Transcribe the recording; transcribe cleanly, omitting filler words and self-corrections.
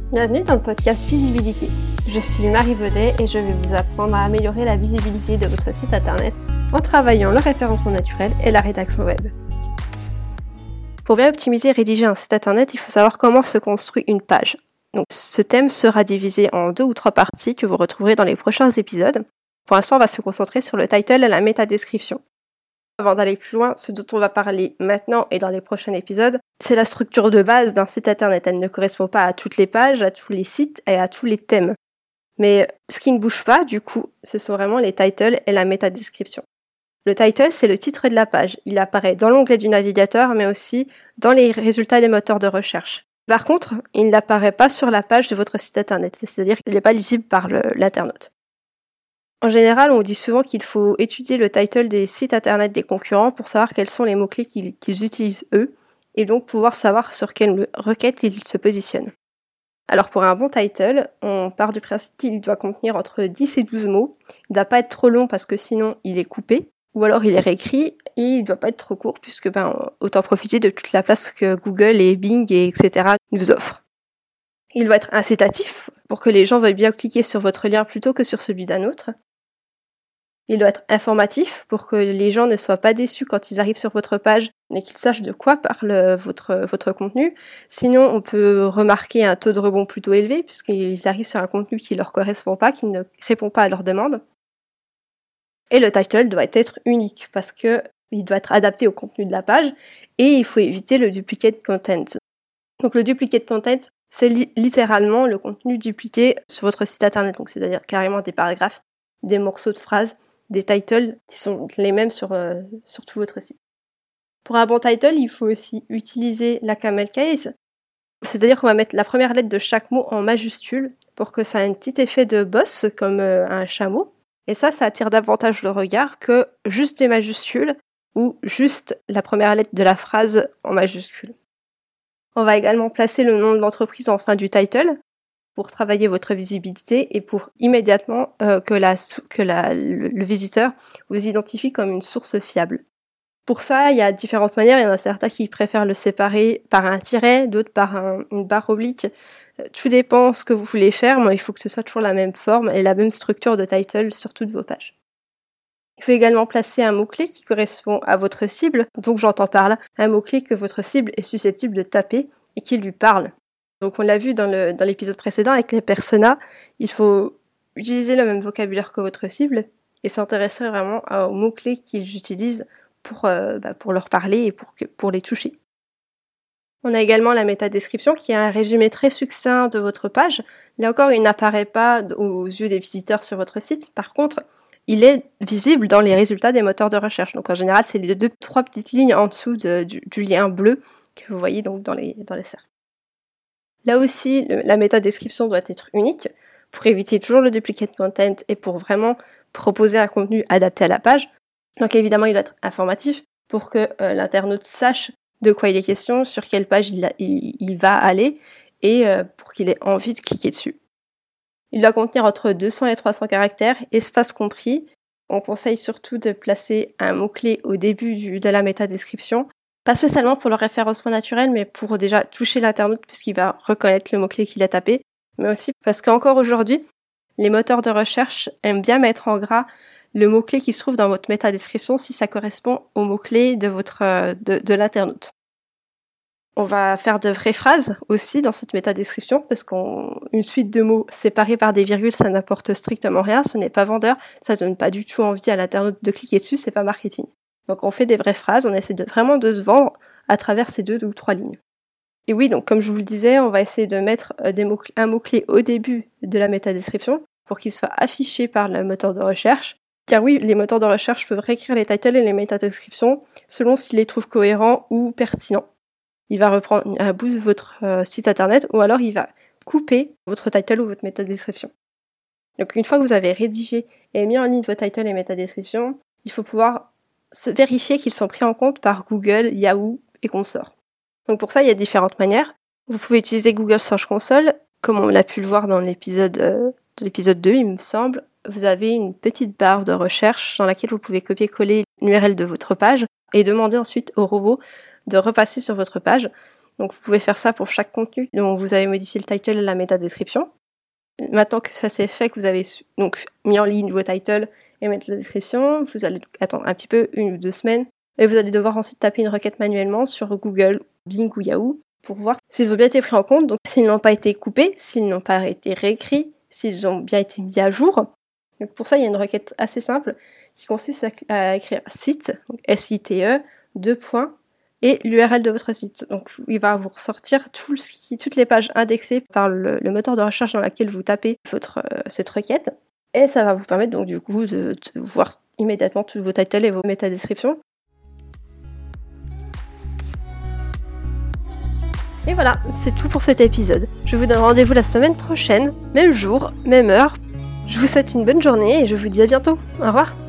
Bienvenue dans le podcast Visibilité. Je suis Marie Baudet et je vais vous apprendre à améliorer la visibilité de votre site internet en travaillant le référencement naturel et la rédaction web. Pour bien optimiser et rédiger un site internet, il faut savoir comment se construit une page. Donc, ce thème sera divisé en 2 ou 3 parties que vous retrouverez dans les prochains épisodes. Pour l'instant, on va se concentrer sur le title et la métadescription. Avant d'aller plus loin, ce dont on va parler maintenant et dans les prochains épisodes, c'est la structure de base d'un site internet. Elle ne correspond pas à toutes les pages, à tous les sites et à tous les thèmes. Mais ce qui ne bouge pas, du coup, ce sont vraiment les titles et la métadescription. Le title, c'est le titre de la page. Il apparaît dans l'onglet du navigateur, mais aussi dans les résultats des moteurs de recherche. Par contre, il n'apparaît pas sur la page de votre site internet, c'est-à-dire qu'il n'est pas lisible par l'internaute. En général, on dit souvent qu'il faut étudier le title des sites internet des concurrents pour savoir quels sont les mots-clés qu'ils utilisent eux, et donc pouvoir savoir sur quelle requête ils se positionnent. Alors pour un bon title, on part du principe qu'il doit contenir entre 10 et 12 mots. Il ne doit pas être trop long parce que sinon il est coupé, ou alors il est réécrit, et il ne doit pas être trop court puisque autant profiter de toute la place que Google et Bing et etc. nous offrent. Il doit être incitatif pour que les gens veuillent bien cliquer sur votre lien plutôt que sur celui d'un autre. Il doit être informatif pour que les gens ne soient pas déçus quand ils arrivent sur votre page et qu'ils sachent de quoi parle votre contenu. Sinon, on peut remarquer un taux de rebond plutôt élevé puisqu'ils arrivent sur un contenu qui ne leur correspond pas, qui ne répond pas à leurs demandes. Et le title doit être unique parce que il doit être adapté au contenu de la page et il faut éviter le duplicate content. Donc le duplicate content, c'est littéralement le contenu dupliqué sur votre site internet. Donc c'est-à-dire carrément des paragraphes, des morceaux de phrases, des titles qui sont les mêmes sur tout votre site. Pour un bon title, il faut aussi utiliser la camel case, c'est-à-dire qu'on va mettre la première lettre de chaque mot en majuscule pour que ça ait un petit effet de boss comme un chameau. Et ça attire davantage le regard que juste des majuscules ou juste la première lettre de la phrase en majuscule. On va également placer le nom de l'entreprise en fin du title pour travailler votre visibilité et pour immédiatement que le visiteur vous identifie comme une source fiable. Pour ça, il y a différentes manières. Il y en a certains qui préfèrent le séparer par un tiret, d'autres par une barre oblique. Tout dépend ce que vous voulez faire, mais il faut que ce soit toujours la même forme et la même structure de title sur toutes vos pages. Il faut également placer un mot-clé qui correspond à votre cible. Donc j'entends par là un mot-clé que votre cible est susceptible de taper et qui lui parle. Donc on l'a vu dans l'épisode précédent avec les personas, il faut utiliser le même vocabulaire que votre cible et s'intéresser vraiment aux mots-clés qu'ils utilisent pour leur parler et pour les toucher. On a également la métadescription qui est un résumé très succinct de votre page. Là encore, il n'apparaît pas aux yeux des visiteurs sur votre site. Par contre, il est visible dans les résultats des moteurs de recherche. Donc en général, c'est les 2-3 petites lignes en dessous du lien bleu que vous voyez donc dans les cercles. Là aussi, la métadescription doit être unique pour éviter toujours le duplicate content et pour vraiment proposer un contenu adapté à la page. Donc évidemment, il doit être informatif pour que l'internaute sache de quoi il est question, sur quelle page il va aller et pour qu'il ait envie de cliquer dessus. Il doit contenir entre 200 et 300 caractères, espace compris. On conseille surtout de placer un mot-clé au début de la métadescription. Pas spécialement pour le référencement naturel, mais pour déjà toucher l'internaute puisqu'il va reconnaître le mot-clé qu'il a tapé, mais aussi parce qu'encore aujourd'hui, les moteurs de recherche aiment bien mettre en gras le mot-clé qui se trouve dans votre métadescription si ça correspond au mot-clé de l'internaute. On va faire de vraies phrases aussi dans cette métadescription parce qu'une suite de mots séparés par des virgules, ça n'apporte strictement rien, ce n'est pas vendeur, ça donne pas du tout envie à l'internaute de cliquer dessus, c'est pas marketing. Donc on fait des vraies phrases, on essaie vraiment de se vendre à travers ces 2 ou 3 lignes. Et oui, donc comme je vous le disais, on va essayer de mettre un mot-clé au début de la métadescription pour qu'il soit affiché par le moteur de recherche. Car oui, les moteurs de recherche peuvent réécrire les titles et les métadescriptions selon s'ils les trouvent cohérents ou pertinents. Il va reprendre un bout de votre site internet ou alors il va couper votre title ou votre métadescription. Donc une fois que vous avez rédigé et mis en ligne vos titles et métadescriptions, il faut pouvoir vérifier qu'ils sont pris en compte par Google, Yahoo et consorts. Donc pour ça, il y a différentes manières. Vous pouvez utiliser Google Search Console, comme on l'a pu le voir dans l'épisode 2, il me semble. Vous avez une petite barre de recherche dans laquelle vous pouvez copier-coller l'URL de votre page et demander ensuite au robot de repasser sur votre page Donc vous pouvez faire ça pour chaque contenu. Donc vous avez modifié le title et la métadescription. Maintenant que ça s'est fait, que vous avez donc mis en ligne vos titles et mettre la description, vous allez attendre un petit peu, 1 ou 2 semaines, et vous allez devoir ensuite taper une requête manuellement sur Google, Bing ou Yahoo pour voir s'ils ont bien été pris en compte, donc s'ils n'ont pas été coupés, s'ils n'ont pas été réécrits, s'ils ont bien été mis à jour. Donc pour ça, il y a une requête assez simple qui consiste à écrire site, donc S-I-T-E, 2 points, et l'URL de votre site. Donc il va vous ressortir toutes les pages indexées par le moteur de recherche dans laquelle vous tapez cette requête. Et ça va vous permettre donc du coup de voir immédiatement tous vos titles et vos métadescriptions. Et voilà, c'est tout pour cet épisode. Je vous donne rendez-vous la semaine prochaine, même jour, même heure. Je vous souhaite une bonne journée et je vous dis à bientôt. Au revoir.